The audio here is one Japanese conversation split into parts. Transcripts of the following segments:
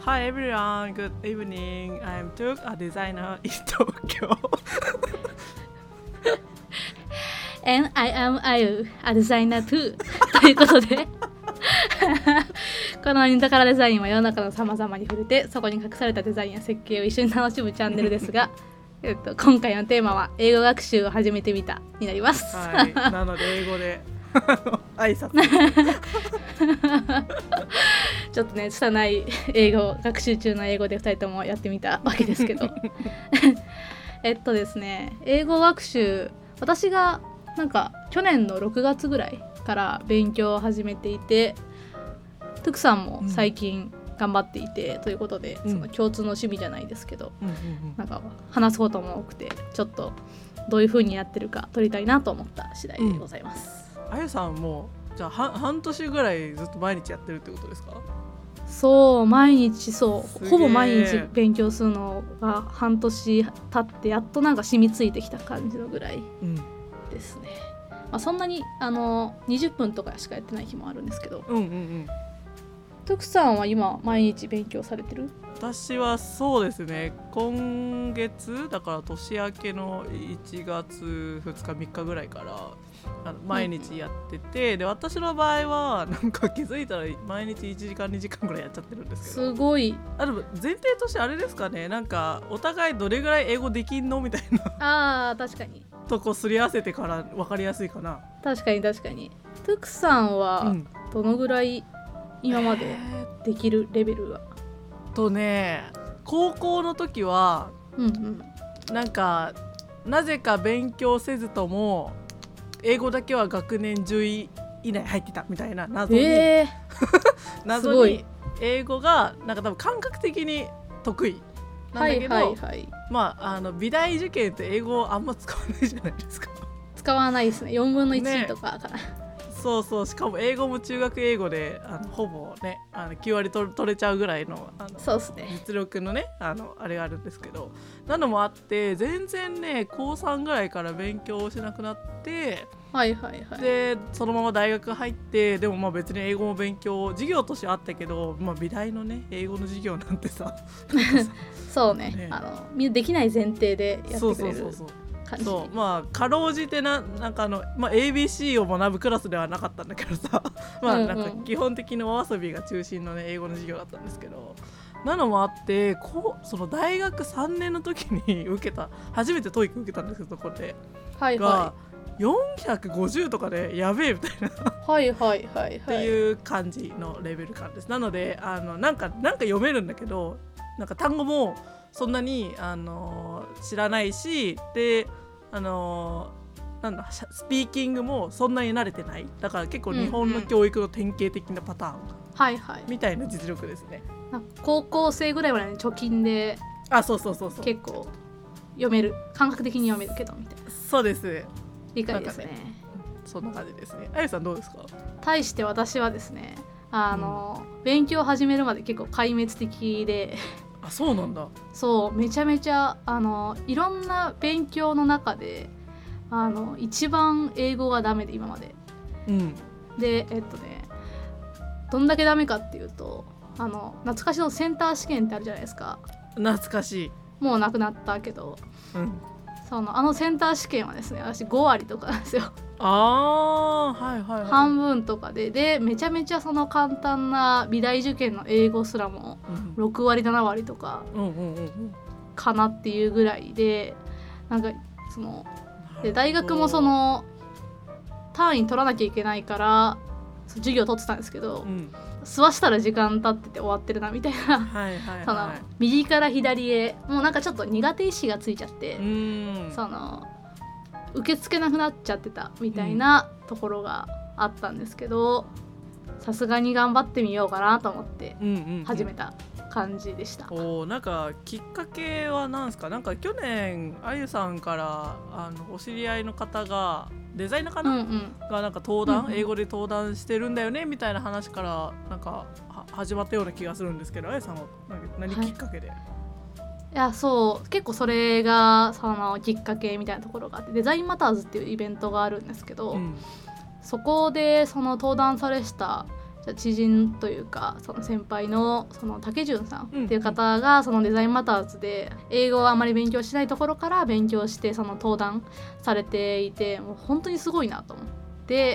Hi everyone, good evening. I'm Tuk, a designer in Tokyo. And I am Ayu, a designer too. ということでこのニタカラデザインは世の中のさまざまに触れて、そこに隠されたデザインや設計を一緒に楽しむチャンネルですが今回のテーマは英語学習を始めてみたになります。 はい、なので英語で挨拶ちょっとね、拙い英語、学習中の英語で2人ともやってみたわけですけどですね、英語学習、私がなんか去年の6月ぐらいから勉強を始めていて、トゥクさんも最近頑張っていて、ということで、その共通の趣味じゃないですけど、なんか話すことも多くて、ちょっとどういう風にやってるか撮りたいなと思った次第でございます。 あゆさんもじゃあ半年ぐらいずっと毎日やってるってことですか？ そう、毎日、そうほぼ毎日勉強するのが半年経ってやっとなんか染みついてきた感じのぐらいですね。まあ、そんなに20分とかしかやってない日もあるんですけど、トクさんは今毎日勉強されてる？ 私はそうですね、今月だから年明けの1月2日3日ぐらいから毎日やってて、で私の場合はなんか気づいたら毎日1時間2時間ぐらいやっちゃってるんですけど、 すごい。 でも前提としてあれですかね、なんかお互いどれぐらい英語できんのみたいな確かにとこすり合わせてから分かりやすいかな。 確かにトクさんはどのぐらい今までできるレベルは？ 高校の時は、なんかなぜか勉強せずとも英語だけは学年10位以内入ってたみたいな謎に英語がなんか多分感覚的に得意なんだけど、まあ美大受験って英語あんま使わないじゃないですか。 使わないですね。4分の1とかかな、 そうしかも英語も中学英語でほぼね9割取れちゃうぐらいのそうですね、 実力のねあれがあるんですけど、なのもあって全然ね高3ぐらいから勉強しなくなって、でそのまま大学入って、でもまあ別に英語も勉強授業としてあったけど、まあ、美大のね英語の授業なんてさそうね、みんなできない前提でやってくれる。 そうまあかろうじてなんかまあ、ABC を学ぶクラスではなかったんだけどさまあなんか基本的にお遊びが中心のね英語の授業だったんですけど、なのもあってその大学3年の時に初めて TOEIC 受けたんですけど、これでが450とかでやべえみたいなっていう感じのレベル感です。なのでなんか読めるんだけど、なんか単語もそんなに知らないし、でなんだスピーキングもそんなに慣れてない。だから結構日本の教育の典型的なパターンみたいな実力ですね。 高校生ぐらいまでに貯金でそう結構読める、感覚的に読めるけどみたいな。 そうです、 理解ですね。 そんな感じですね。あゆさんどうですか？ 対して私はですね勉強を始めるまで結構壊滅的でそうなんだ。 そうめちゃめちゃいろんな勉強の中で一番英語がダメで今まで、でどんだけダメかっていうと懐かしのセンター試験ってあるじゃないですか。 懐かしい。 もうなくなったけど、センター試験はですね、私5割とかなんですよ。半分とかでめちゃめちゃその簡単な美大受験の英語すらも6割7割とかかなっていうぐらいで、なんかで大学もその単位取らなきゃいけないから授業取ってたんですけど、吸わしたら時間経ってて終わってるなみたいな、右から左へもうなんかちょっと苦手意識がついちゃって、受け付けなくなっちゃってたみたいなところがあったんですけど、さすがに頑張ってみようかなと思って始めた感じでした。 なんかきっかけは何ですか？なんか去年あゆさんからお知り合いの方がデザイナーかな、がなんか登壇、英語で登壇してるんだよねみたいな話からなんか始まったような気がするんですけど、あゆさんは何きっかけで？ いやそう結構それがそのきっかけみたいなところがあって、デザインマターズっていうイベントがあるんですけど、そこでその登壇されした知人というかその先輩のその竹潤さんっていう方がそのデザインマターズで英語をあまり勉強しないところから勉強してその登壇されていて、もう本当にすごいなと思って、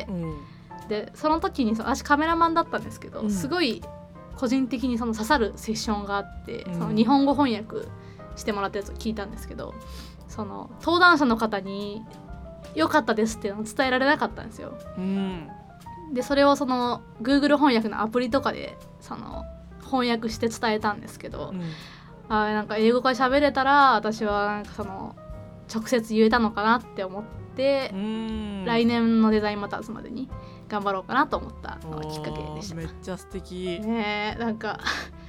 でその時に私カメラマンだったんですけど、すごい個人的にその刺さるセッションがあって、その日本語翻訳してもらったやつを聞いたんですけど、その登壇者の方に良かったですっていうのを伝えられなかったんですよ。でそれをその Google 翻訳のアプリとかでその翻訳して伝えたんですけど、なんか英語が喋れたら私はなんかその直接言えたのかなって思って、来年のデザインマターズまでに頑張ろうかなと思ったのがきっかけでした。 めっちゃ素敵ね。なんか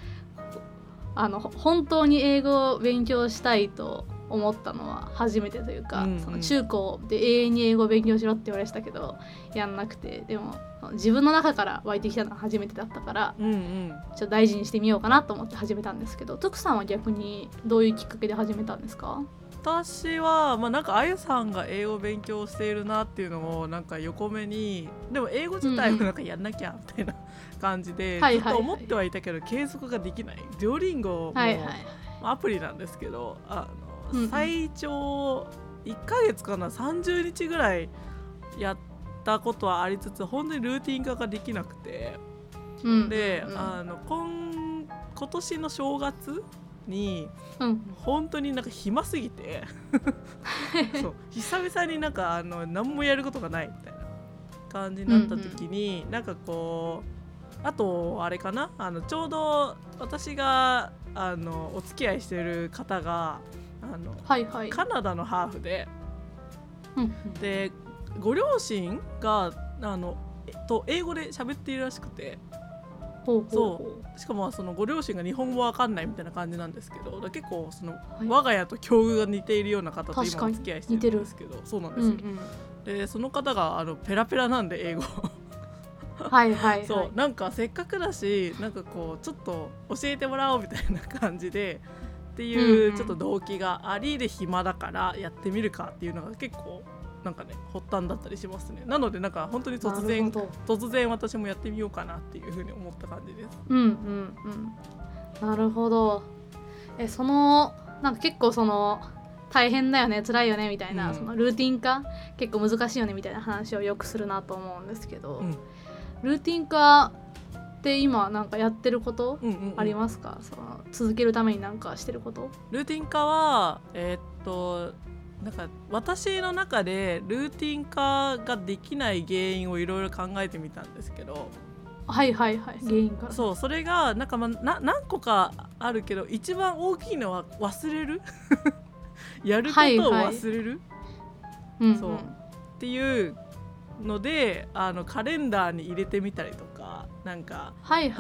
本当に英語を勉強したいと思ったのは初めてというか、その中高で永遠に英語を勉強しろって言われてたけどやんなくて、でも自分の中から湧いてきたのは初めてだったから、ちょっと大事にしてみようかなと思って始めたんですけど、徳さんは逆にどういうきっかけで始めたんですか？ 私は、なんかあゆさんが英語を勉強しているなっていうのをなんか横目に、でも英語自体もなんかやんなきゃみたいな感じでずっと思ってはいたけど継続ができない。デュオリンゴもアプリなんですけど、最長1ヶ月かな30日ぐらいやったことはありつつ本当にルーティン化ができなくて、で今年の正月に、本当になんか暇すぎてそう久々になんか何もやることがないみたいな感じになった時に、なんかこうあとあれかな、ちょうど私がお付き合いしてる方がカナダのハーフで、でご両親が英語で喋っているらしくて、そうしかもそのご両親が日本語わかんないみたいな感じなんですけど、結構その、我が家と境遇が似ているような方と今お付き合いしてるんですけど、そうなんですよ、でその方がペラペラなんで英語そうなんかせっかくだしなんかこうちょっと教えてもらおうみたいな感じでっていうちょっと動機がありで暇だからやってみるかっていうのが結構なんかね発端だったりしますね。なのでなんか本当に突然私もやってみようかなっていうふうに思った感じです。 なるほど。そのなんか結構その大変だよね辛いよねみたいな、そのルーティン化結構難しいよねみたいな話をよくするなと思うんですけど、ルーティン化って今なんかやってることありますか？その続けるためになんかしてること？ ルーティン化はなんか私の中でルーティン化ができない原因をいろいろ考えてみたんですけど、 原因からそれがなんか何個かあるけど一番大きいのは忘れるやることを忘れる、そうっていうのでカレンダーに入れてみたりとか、なんか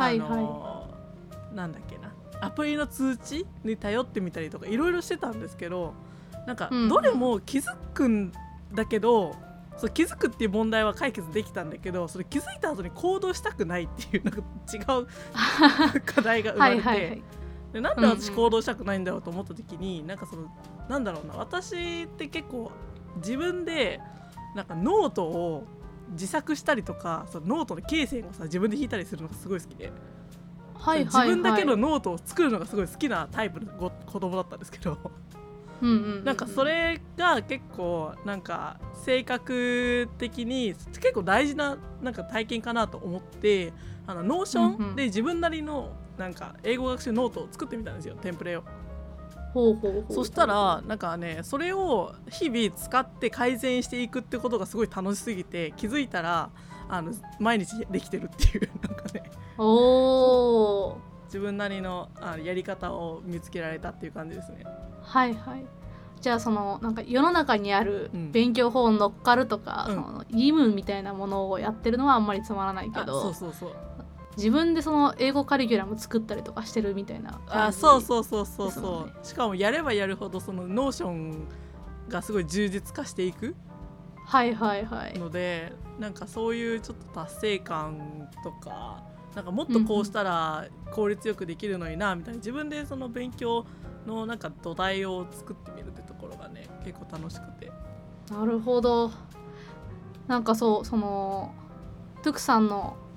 なんだっけなアプリの通知に頼ってみたりとかいろいろしてたんですけど、なんかどれも気づくんだけど、そう気づくっていう問題は解決できたんだけど、それ気づいた後に行動したくないっていうなんか違う課題が生まれて、でなんで私行動したくないんだろうと思った時に、なんかそのなんだろうな、私って結構自分でなんかノートを自作したりとか、そのノートの罫線を自分で引いたりするのがすごい好きで、自分だけのノートを作るのがすごい好きなタイプの子供だったんですけどなんかそれが結構なんか性格的に結構大事ななんか体験かなと思って、ノーションで自分なりのなんか英語学習ノートを作ってみたんですよ、テンプレを。そしたらなんかね、それを日々使って改善していくってことがすごい楽しすぎて、気づいたら毎日できてるっていうなんかね自分なりのやり方を見つけられたっていう感じですね。 じゃあそのなんか世の中にある勉強法に乗っかるとか、その義務みたいなものをやってるのはあんまりつまらないけど、自分でその英語カリキュラム作ったりとかしてるみたいな感じですもんね。 しかもやればやるほどそのノーションがすごい充実化していくので、なんかそういうちょっと達成感とか、なんかもっとこうしたら効率よくできるのになみたいな、自分でその勉強のなんか土台を作ってみるってところがね結構楽しくて。 なるほど。なんかそのトゥクさんの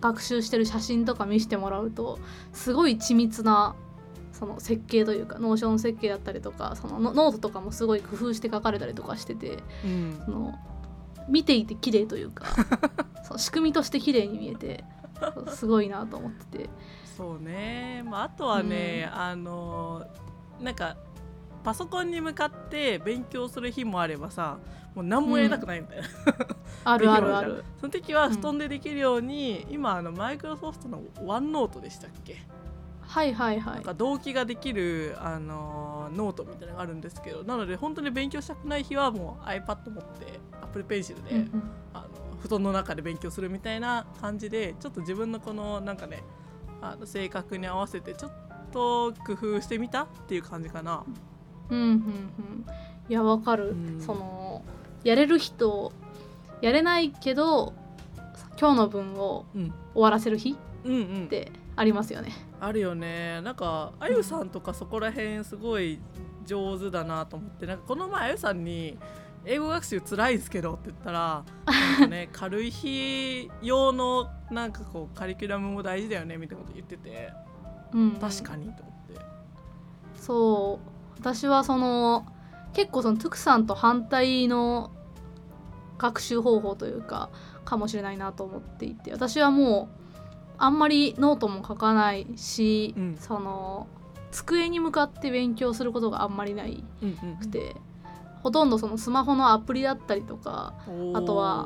学習してる写真とか見せてもらうとすごい緻密なその設計というかノーション設計だったりとかそのノートとかもすごい工夫して書かれたりとかしてて、その見ていて綺麗というかその仕組みとして綺麗に見えてすごいなと思ってて。 そうね、あとはね、なんかパソコンに向かって勉強する日もあればさ、もう何もやりたくないみたいな、 あるあるある。 その時は布団でできるように、今マイクロソフトのワンノートでしたっけ、 はいはいはい、 なんか同期ができる、ノートみたいなのがあるんですけど、なので本当に勉強したくない日はもう iPad 持って Apple Pencil で、布団の中で勉強するみたいな感じで、ちょっと自分のこのなんかね性格に合わせてちょっと工夫してみたっていう感じかな。 いやわかる、そのやれる日とやれないけど今日の分を終わらせる日ってありますよね。 あるよね。なんかあゆさんとかそこら辺すごい上手だなと思って、なんかこの前あゆさんに英語学習つらいんですけどって言ったらなんか、ね、軽い日用のなんかこうカリキュラムも大事だよねみたいなこと言ってて、確かにと思って。 そう私はその結構そのトゥクさんと反対の学習方法というかもしれないなと思っていて、私はもうあんまりノートも書かないし、その机に向かって勉強することがあんまりないくて、ほとんどそのスマホのアプリだったりとか、あとは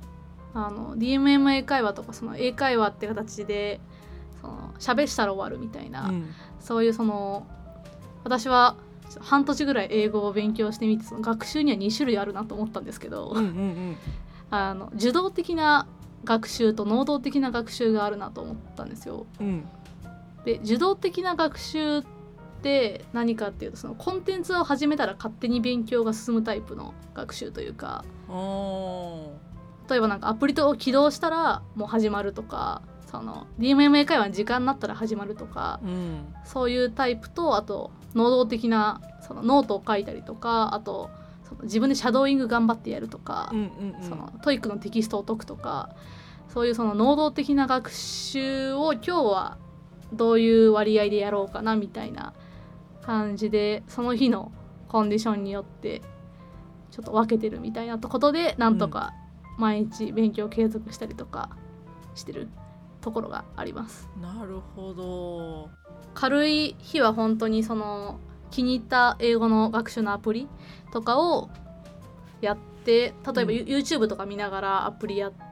DMM 英会話とかその英会話って形でその喋ったら終わるみたいな、そういうその私は半年ぐらい英語を勉強してみて、その学習には2種類あるなと思ったんですけど、受動的な学習と能動的な学習があるなと思ったんですよ。で受動的な学習って何かっていうと、そのコンテンツを始めたら勝手に勉強が進むタイプの学習というか、例えばなんかアプリを起動したらもう始まるとか、その DMM 英会話の時間になったら始まるとか、そういうタイプと、あと能動的なそのノートを書いたりとか、あとその自分でシャドーイング頑張ってやるとか、そのトイックのテキストを解くとか、そういうその能動的な学習を今日はどういう割合でやろうかなみたいな感じで、その日のコンディションによってちょっと分けてるみたいなことで、なんとか毎日勉強継続したりとかしてるところがあります。 なるほど。 軽い日は本当にその気に入った英語の学習のアプリとかをやって、例えば YouTube とか見ながらアプリやって、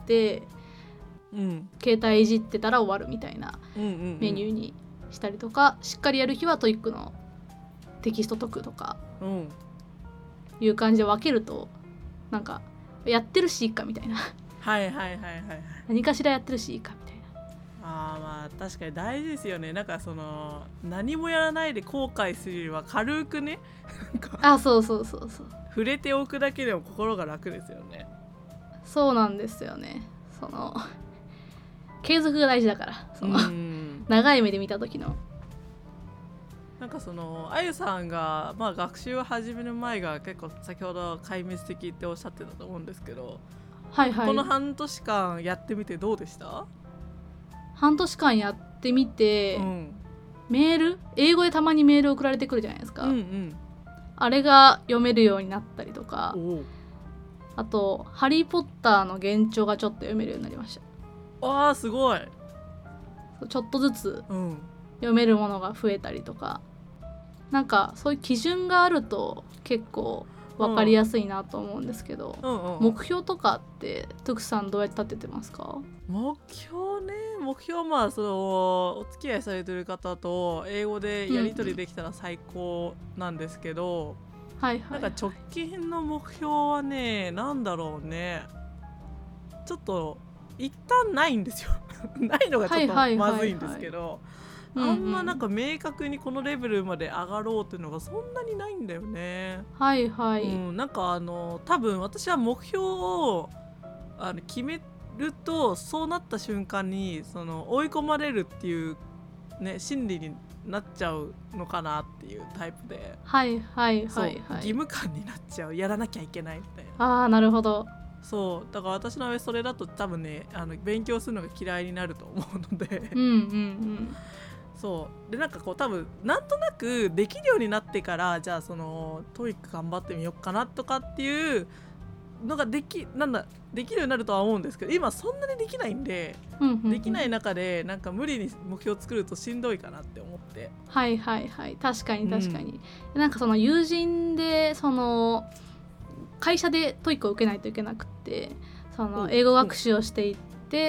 携帯いじってたら終わるみたいなメニューにしたりとか、しっかりやる日はトイックのテキスト解くとかいう感じで分けると、なんかやってるしいいかみたいな何かしらやってるしいいかみたいな。 まあ確かに大事ですよね。なんかその何もやらないで後悔するよりは軽くねそう触れておくだけでも心が楽ですよね。 そうなんですよね。その継続が大事だから、その長い目で見た時のなんかそのあゆさんが、学習を始める前が結構先ほど壊滅的っておっしゃってたと思うんですけど、この半年間やってみてどうでした？ 半年間やってみて、メール英語でたまにメール送られてくるじゃないですか、あれが読めるようになったりとか、あとハリーポッターの原著がちょっと読めるようになりました。 すごい。 ちょっとずつ読めるものが増えたりとか、なんかそういう基準があると結構分かりやすいなと思うんですけど、目標とかってトゥクさんどうやって立ててますか？ 目標はそのお付き合いされてる方と英語でやり取りできたら最高なんですけど、なんか直近の目標はね、なんだろうね、ちょっと一旦ないんですよないのがちょっとまずいんですけど、あんまなんか明確にこのレベルまで上がろうっていうのがそんなにないんだよね。なんか多分私は目標を決めると、そうなった瞬間にその追い込まれるっていうね心理になっちゃうのかなっていうタイプで、義務感になっちゃう、やらなきゃいけないみたいな。 なるほど。 そうだから私の場合それだと多分ね勉強するのが嫌いになると思うのでうんうんうんそうでなんかこう多分なんとなくできるようになってからじゃあそのトイック頑張ってみようかなとかっていうのができるようになるとは思うんですけど今そんなにできないんで、 うんうんうん、 できない中でなんか無理に目標を作るとしんどいかなって思って。 はいはいはい、確かに確かに、なんかその友人でその会社でトイックを受けないといけなくってその英語学習をしていって、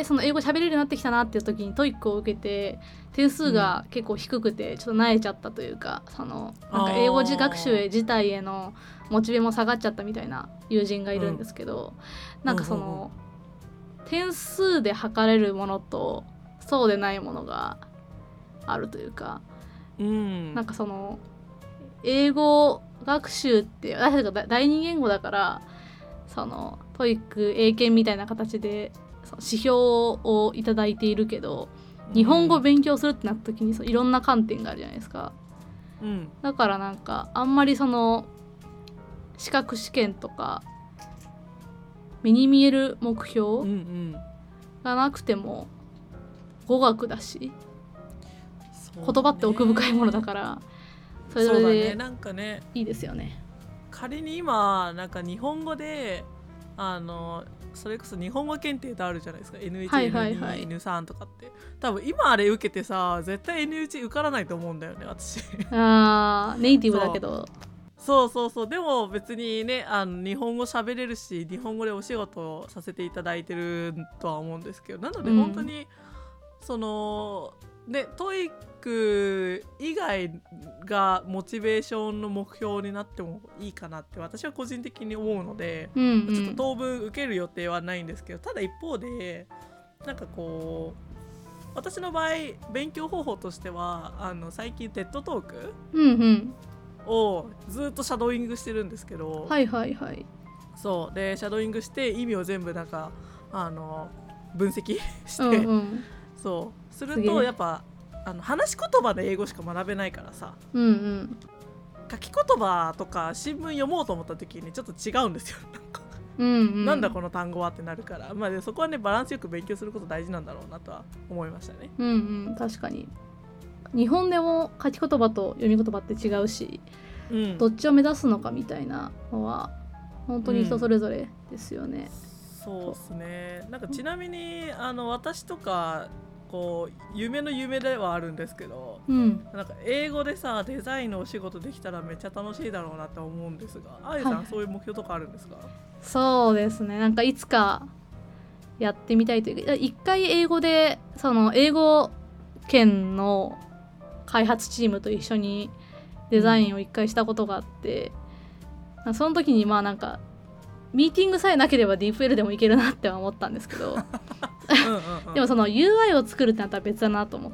その英語喋れるようになってきたなっていう時にトイックを受けて点数が結構低くてちょっと萎えちゃったというか、そのなんか英語学習自体へのモチベも下がっちゃったみたいな友人がいるんですけど、なんかその点数で測れるものとそうでないものがあるというか、なんかその英語学習って私たちが第二言語だからそのトイック英検みたいな形でその指標をいただいているけど、日本語を勉強するってなった時にいろんな観点があるじゃないですか、だからなんかあんまりその資格試験とか目に見える目標がなくても語学だし、言葉って奥深いものだからそれぞれでなんかねいいですよね。 仮に今なんか日本語でそれこそ日本語検定ってあるじゃないですか N1、N2、N3 とかって多分今あれ受けてさ絶対 N1 受からないと思うんだよね私ネイティブだけどそうでも別にね日本語喋れるし日本語でお仕事をさせていただいてるとは思うんですけど、なので本当に、そのねトイック以外がモチベーションの目標になってもいいかなって私は個人的に思うので、ちょっと当分受ける予定はないんですけど、ただ一方でなんかこう私の場合勉強方法としては最近TEDトーク、をずっとシャドーイングしてるんですけど、そうでシャドーイングして意味を全部なんか分析して、そうするとやっぱ話し言葉で英語しか学べないからさ、書き言葉とか新聞読もうと思った時にちょっと違うんですよなんだこの単語はってなるから、でそこはねバランスよく勉強すること大事なんだろうなとは思いましたね。 確かに日本でも書き言葉と読み言葉って違うし、どっちを目指すのかみたいなのは本当に人それぞれですよね。 そうですね。なんかちなみに私とかこう夢の夢ではあるんですけど、なんか英語でさデザインのお仕事できたらめっちゃ楽しいだろうなと思うんですが、あゆさん、そういう目標とかあるんですか？ そうですね、なんかいつかやってみたいというか、一回英語でその英語圏の開発チームと一緒にデザインを一回したことがあって、その時になんかミーティングさえなければ DeepL でもいけるなって思ったんですけどでもその UI を作るってなったら別だなと思って、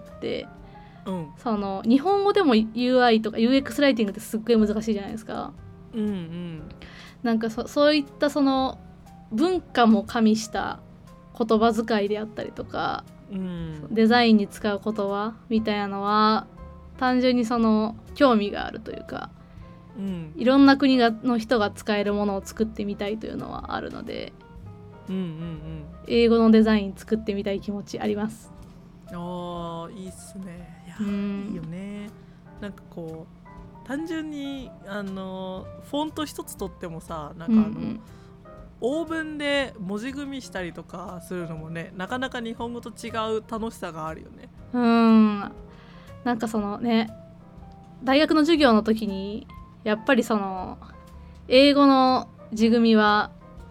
その日本語でも UI とか UX ライティングってすっごい難しいじゃないですか。なんかそういったその文化も加味した言葉遣いであったりとか、デザインに使う言葉みたいなのは単純にその興味があるというか、いろんな国の人が使えるものを作ってみたいというのはあるので、英語のデザイン作ってみたい気持ちあります。 いいっすね。いや、いいよね。なんかこう単純にフォント一つとってもさ、なんかオーブンで文字組みしたりとかするのもね、なかなか日本語と違う楽しさがあるよね。 なんかそのね、大学の授業の時にやっぱりその英語の字組みは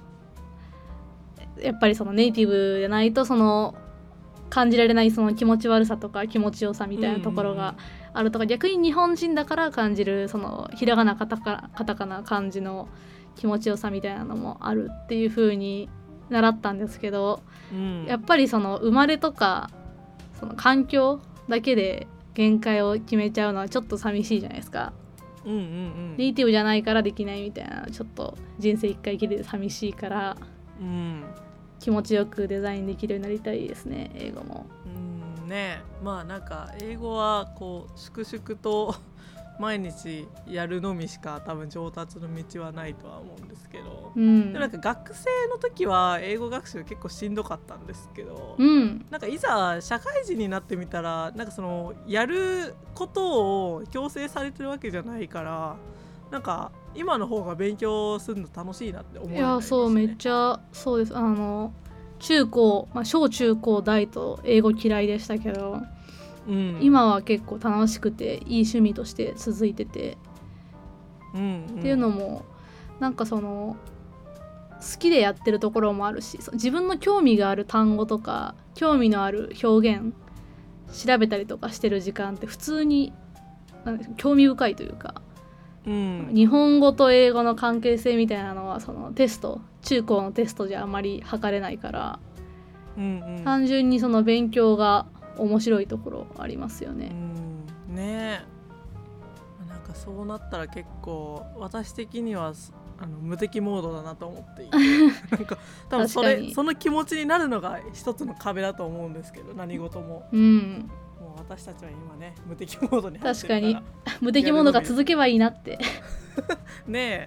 やっぱりそのネイティブでないとその感じられないその気持ち悪さとか気持ちよさみたいなところがあるとか、逆に日本人だから感じるそのひらがなカタカナ漢字の気持ちよさみたいなのもあるっていう風に習ったんですけど、やっぱりその生まれとかその環境だけで限界を決めちゃうのはちょっと寂しいじゃないですか。ネイティブじゃないからできないみたいな、ちょっと人生一回きりで寂しいから、気持ちよくデザインできるようになりたいですね、英語も。 なんか英語はこう粛々と毎日やるのみしか多分上達の道はないとは思うんですけど、 うん、 でもなんか学生の時は英語学習結構しんどかったんですけど、 うん、 なんかいざ社会人になってみたらなんかそのやることを強制されてるわけじゃないから、なんか今の方が勉強するの楽しいなって思うようになりましたね。 そうめっちゃそうです。中高、小中高大と英語嫌いでしたけど、うん、今は結構楽しくていい趣味として続いてて、っていうのもなんかその好きでやってるところもあるし、自分の興味がある単語とか興味のある表現調べたりとかしてる時間って普通に興味深いというか、日本語と英語の関係性みたいなのはそのテスト、中高のテストじゃあまり測れないから、単純にその勉強が面白いところありますよね。 ねえ、なんかそうなったら結構私的には無敵モードだなと思っていてなんか多分その気持ちになるのが一つの壁だと思うんですけど、何事も、もう私たちは今ね無敵モードに入ってるから、 確かに無敵モードが続けばいいなってねえ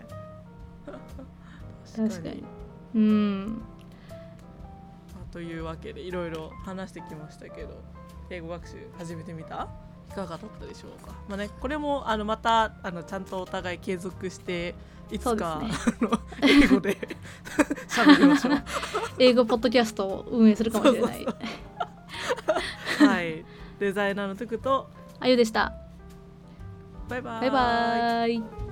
確かにというわけでいろいろ話してきましたけど、英語学習始めてみた？いかがだったでしょうか。これもまたちゃんとお互い継続していつか、ね、英語で喋りましょう英語ポッドキャストを運営するかもしれないはい、デザイナーのトゥクとあゆでした。 バイバイ。 バイバイ。